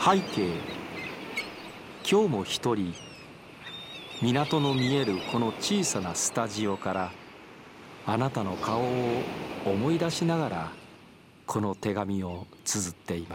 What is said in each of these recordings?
背景、今日も一人港の見えるこの小さなスタジオからあなたの顔を思い出しながらこの手紙を綴っています。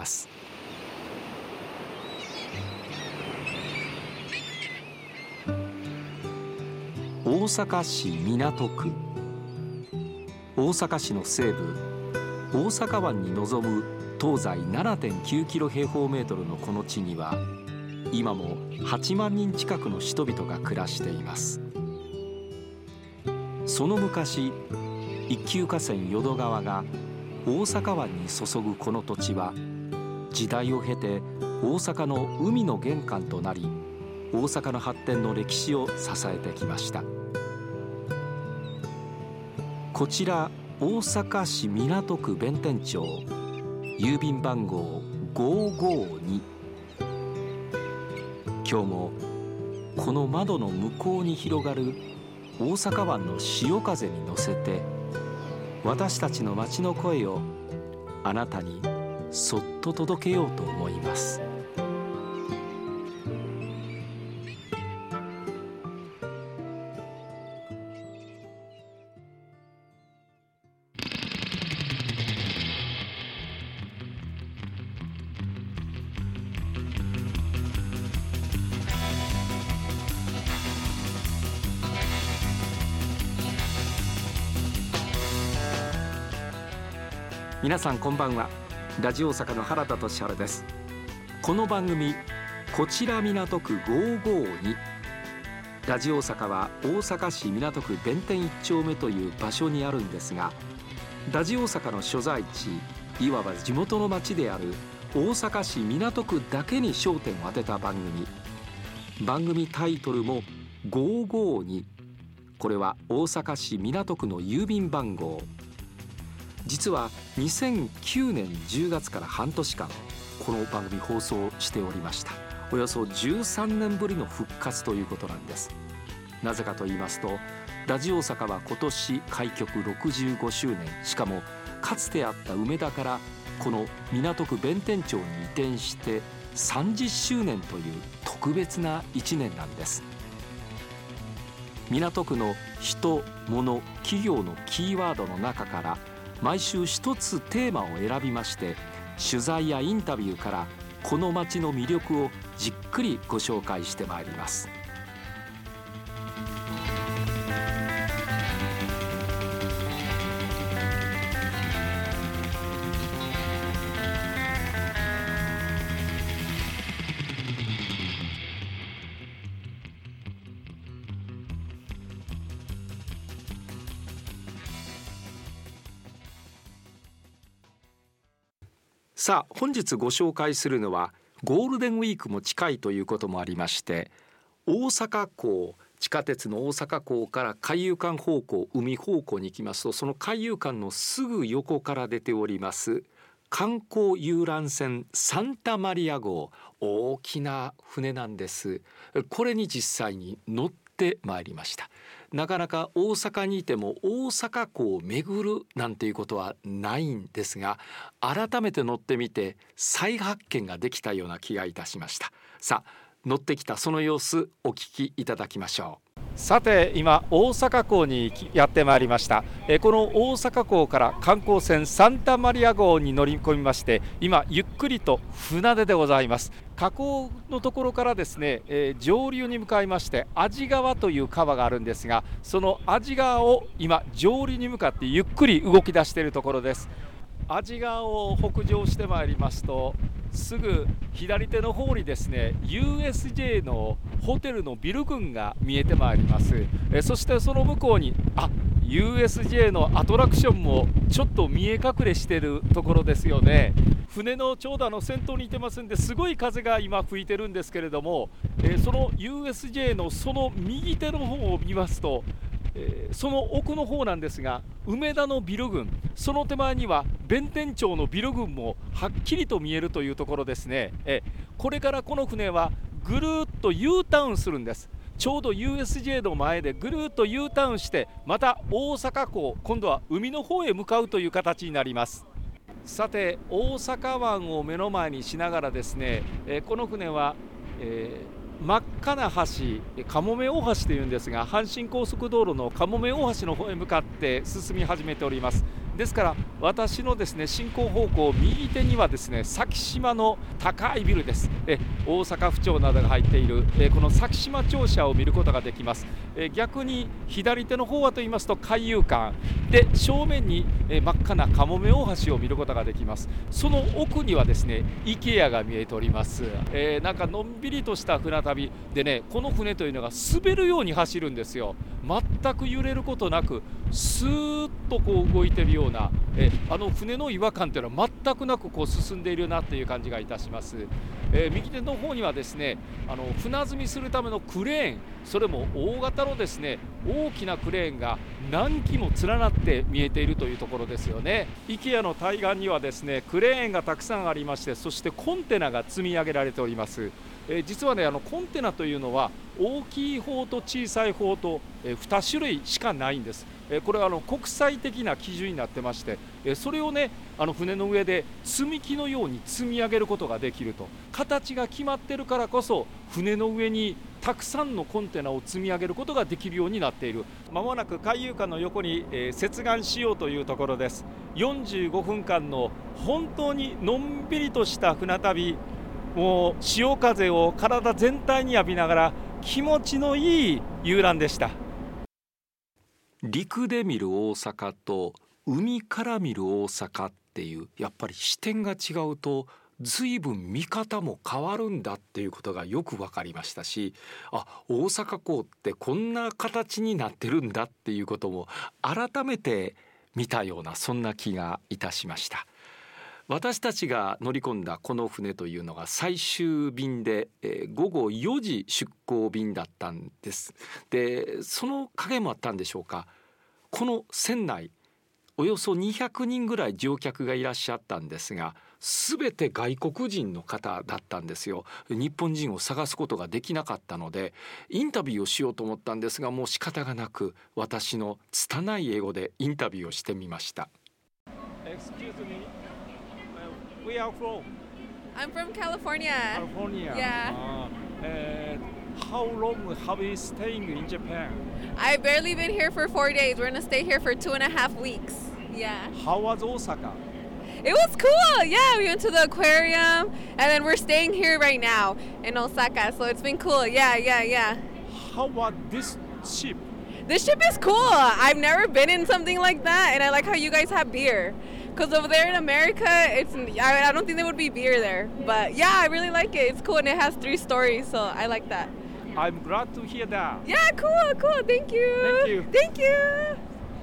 大阪市港区。大阪市の西部大阪湾に臨む東西 7.9 キロ平方メートルのこの地には今も8万人近くの人々が暮らしています。その昔、一級河川淀川が大阪湾に注ぐこの土地は時代を経て大阪の海の玄関となり、大阪の発展の歴史を支えてきました。こちら大阪市港区弁天町、郵便番号552。今日もこの窓の向こうに広がる大阪湾の潮風に乗せて、私たちの街の声をあなたにそっと届けようと思います。皆さんこんばんは。ラジオ大阪の原田俊治です。この番組こちら港区552。ラジオ大阪は大阪市港区弁天1丁目という場所にあるんですが、ラジオ大阪の所在地、いわば地元の町である大阪市港区だけに焦点を当てた番組タイトルも552。これは大阪市港区の郵便番号。実は2009年10月から半年間この番組放送しておりました。およそ13年ぶりの復活ということなんです。なぜかと言いますと、ラジオ大阪は今年開局65周年、しかもかつてあった梅田からこの港区弁天町に移転して30周年という特別な1年なんです。港区の人、物、企業のキーワードの中から毎週一つテーマを選びまして、取材やインタビューからこの街の魅力をじっくりご紹介してまいります。さあ、本日ご紹介するのはゴールデンウィークも近いということもありまして、大阪港、地下鉄の大阪港から海遊館方向、海方向に行きますと、その海遊館のすぐ横から出ております観光遊覧船サンタマリア号、大きな船なんです。これに実際に乗ってまいりました。なかなか大阪にいても大阪港を巡るなんていうことはないんですが、改めて乗ってみて再発見ができたような気がいたしました。さあ、乗ってきたその様子お聞きいただきましょう。さて、今大阪港にやってまいりました。この大阪港から観光船サンタマリア号に乗り込みまして、今ゆっくりと船出でございます。河口のところからですね、上流に向かいまして阿字川という川があるんですが、その阿字川を今上流に向かってゆっくり動き出しているところです。阿字川を北上してまいりますと、すぐ左手の方にですね USJ のホテルのビル群が見えてまいります。そしてその向こうにUSJ のアトラクションもちょっと見え隠れしているところですよね。船のちょうど先頭にいてますんで、すごい風が今吹いてるんですけれども、その USJ のその右手の方を見ますと、その奥の方なんですが、梅田のビル群、その手前には弁天町のビル群もはっきりと見えるというところですね。これからこの船はぐるっと U ターンするんです。ちょうど USJ の前でぐるっと U ターンして、また大阪港、今度は海の方へ向かうという形になります。 さて大阪湾を目の前にしながらですね、この船は、真っ赤な橋、かもめ大橋というんですが、阪神高速道路のかもめ大橋の方へ向かって進み始めております。ですから私のですね進行方向右手にはですね先島の高いビルです。大阪府庁などが入っているこの先島庁舎を見ることができます。逆に左手の方はと言いますと海遊館で、正面に真っ赤なかもめ大橋を見ることができます。その奥にはですね IKEA が見えております。なんかのんびりとした船旅でね、この船というのが滑るように走るんですよ。全く揺れることなくスーッとこう動いているような、船の違和感というのは全くなくこう進んでいるなという感じがいたします。右手の方にはですね船積みするためのクレーン、それも大型のですね大きなクレーンが何機も連なって見えているというところですよね。 IKEA の対岸にはですねクレーンがたくさんありまして、そしてコンテナが積み上げられております。実はねコンテナというのは大きい方と小さい方と2種類しかないんです。これは国際的な基準になってまして、それをね船の上で積み木のように積み上げることができると。形が決まってるからこそ船の上にたくさんのコンテナを積み上げることができるようになっている。まもなく海遊館の横に接岸しようというところです。45分間の本当にのんびりとした船旅、もう潮風を体全体に浴びながら気持ちのいい遊覧でした。陸で見る大阪と海から見る大阪っていう、やっぱり視点が違うと随分見方も変わるんだっていうことがよく分かりましたし、大阪港ってこんな形になってるんだっていうことも改めて見たような、そんな気がいたしました。私たちが乗り込んだこの船というのが最終便で、午後4時出港便だったんです。でその影もあったんでしょうか、この船内およそ200人ぐらい乗客がいらっしゃったんですが、全て外国人の方だったんですよ。日本人を探すことができなかったのでインタビューをしようと思ったんですが、もう仕方がなく私の拙い英語でインタビューをしてみました。Excuse me, where are you from? I'm from California. California. Yeah. How long have you staying in Japan? I've barely been here for 4 days. We're gonna stay here for 2.5 weeks. Yeah. How was Osaka? It was cool. Yeah, we went to the aquarium, and then we're staying here right now in Osaka. So it's been cool. Yeah. How about this ship? This ship is cool. I've never been in something like that, and I like how you guys have beer. Because over there in America, I don't think there would be beer there. But yeah, I really like it. It's cool, and it has 3 stories, so I like that. I'm glad to hear that. Yeah, cool. Thank you. Thank you.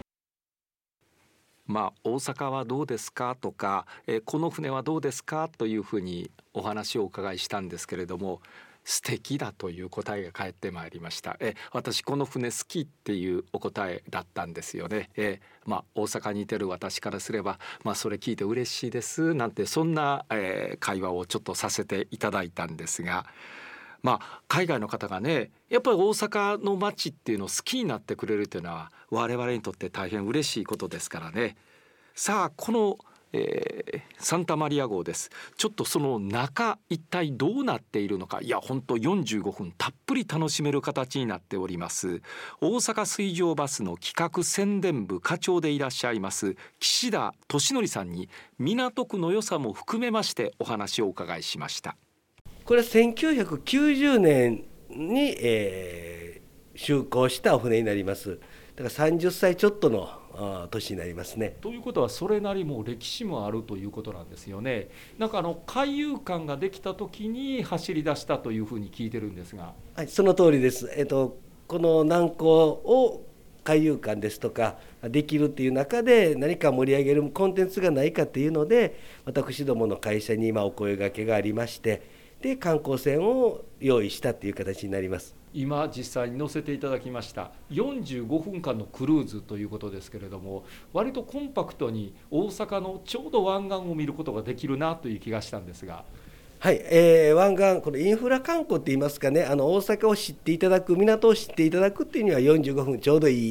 大阪はどうですかとか、この船はどうですかというふうにお話をお伺いしたんですけれども、素敵だという答えが返ってまいりました。私この船好きっていうお答えだったんですよね。大阪にいてる私からすれば、それ聞いて嬉しいですなんて、そんな、会話をちょっとさせていただいたんですが、海外の方がねやっぱり大阪の街っていうのを好きになってくれるというのは我々にとって大変嬉しいことですからね。さあこの、サンタマリア号です。ちょっとその中一体どうなっているのか、いや本当45分たっぷり楽しめる形になっております。大阪水上バスの企画宣伝部課長でいらっしゃいます岸田俊則さんに港区の良さも含めましてお話をお伺いしました。 これは1990年に、就航したお船になります。だから30歳ちょっとの年になりますね。 ということはそれなりも歴史もあるということなんですよね。なんか海遊館ができた時に走り出したというふうに聞いてるんですが。 はい、その通りです。この南港を海遊館ですとかできるっていう中で何か盛り上げるコンテンツがないかっていうので、私どもの会社に今お声掛けがありまして、で観光船を用意したっていう形になります。 今実際に乗せていただきました45分間のクルーズということですけれども、割とコンパクトに大阪のちょうど湾岸を見ることができるなという気がしたんですが。 はい、湾岸、このインフラ観光って言いますかね、大阪を知っていただく、港を知っていただくっていうには45分ちょうどいい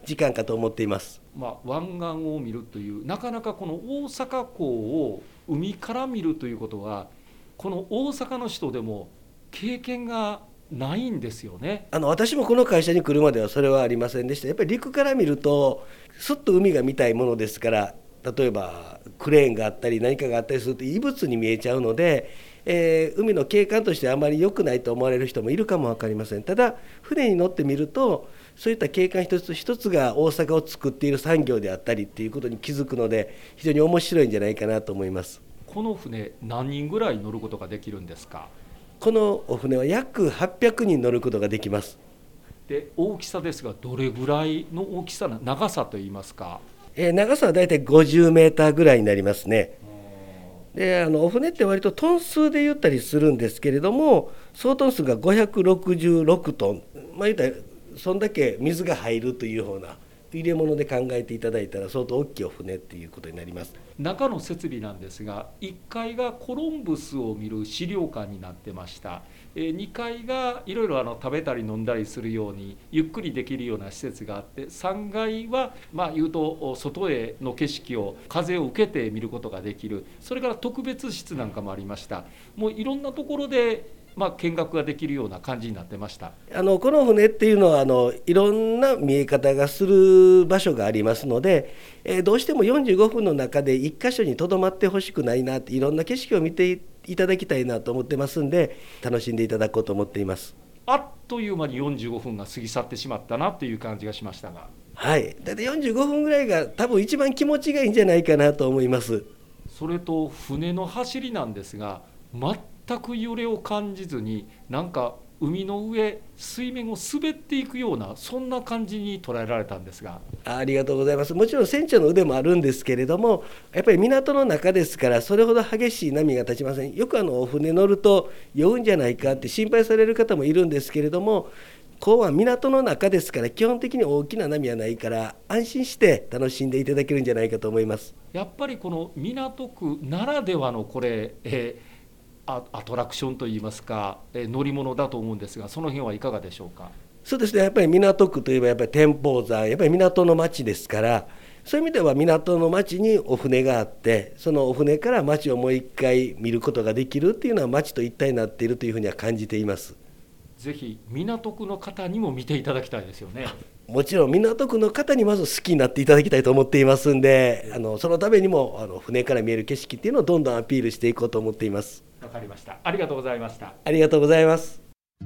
時間かと思っています。 湾岸を見るというなかなかこの大阪港を海から見るということはこの大阪の人でも経験がないんですよね。 私もこの会社に来るまではそれはありませんでした。やっぱり陸から見るとすっと海が見たいものですから、例えばクレーンがあったり何かがあったりすると異物に見えちゃうので、海の景観としてあまり良くないと思われる人もいるかも分かりません。ただ船に乗ってみるとそういった景観一つ一つが大阪を作っている産業であったりっていうことに気づくので、非常に面白いんじゃないかなと思います。 この船何人ぐらい乗ることができるんですか？ このお船は約800人乗ることができます。 で大きさですがどれぐらいの大きさ長さといいますか？ 長さはだいたい50メーターぐらいになりますね。でお船って割とトン数で言ったりするんですけれども、総トン数が566トン、言ったらそんだけ水が入るというような入れ物で考えていただいたら相当大きいお船っていうことになります。 中の設備なんですが、1階がコロンブスを見る資料館になってました。2階がいろいろ食べたり飲んだりするようにゆっくりできるような施設があって、3階は言うと外への景色を風を受けて見ることができる、それから特別室なんかもありました。もういろんなところで見学ができるような感じになってました。 この船っていうのはいろんな見え方がする場所がありますので、どうしても45分の中で1箇所にとどまってほしくないなって、いろんな景色を見ていただきたいなと思ってますんで、楽しんでいただこうと思っています。 あっという間に45分が過ぎ去ってしまったなという感じがしましたが、 はい、だいたい45分ぐらいが多分一番気持ちがいいんじゃないかなと思います。 それと船の走りなんですが、全く揺れを感じずになんか海の上水面を滑っていくような、そんな感じに捉えられたんですが。 ありがとうございます。もちろん船長の腕もあるんですけれども、やっぱり港の中ですからそれほど激しい波が立ちません。よくお船乗ると酔うんじゃないかって心配される方もいるんですけれども、港湾港の中ですから基本的に大きな波はないから安心して楽しんでいただけるんじゃないかと思います。 やっぱりこの港区ならではのこれ、アトラクションといいますか、乗り物だと思うんですが、その辺はいかがでしょうか？ そうですね、やっぱり港区といえばやっぱり天保山、やっぱり港の町ですから、そういう意味では港の町にお船があって、そのお船から町をもう一回見ることができるっていうのは町と一体になっているというふうには感じています。 ぜひ港区の方にも見ていただきたいですよね。 もちろん港区の方にまず好きになっていただきたいと思っていますんで、そのためにも船から見える景色っていうのをどんどんアピールしていこうと思っています。 わかりました。ありがとうございました。 ありがとうございます。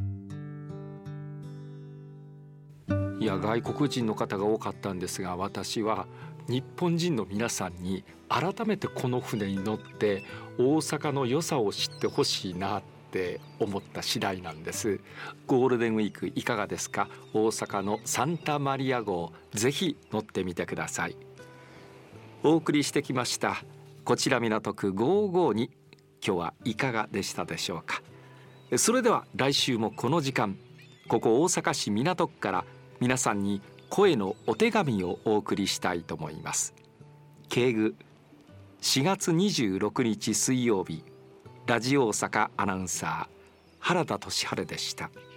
いや、外国人の方が多かったんですが、私は日本人の皆さんに改めてこの船に乗って大阪の良さを知ってほしいなって思った次第なんです。ゴールデンウィークいかがですか？大阪のサンタマリア号、ぜひ乗ってみてください。お送りしてきましたこちら港区552、今日はいかがでしたでしょうか？それでは来週もこの時間、ここ大阪市港区から皆さんに声のお手紙をお送りしたいと思います。敬具4月26日水曜日、ラジオ大阪アナウンサー原田俊晴でした。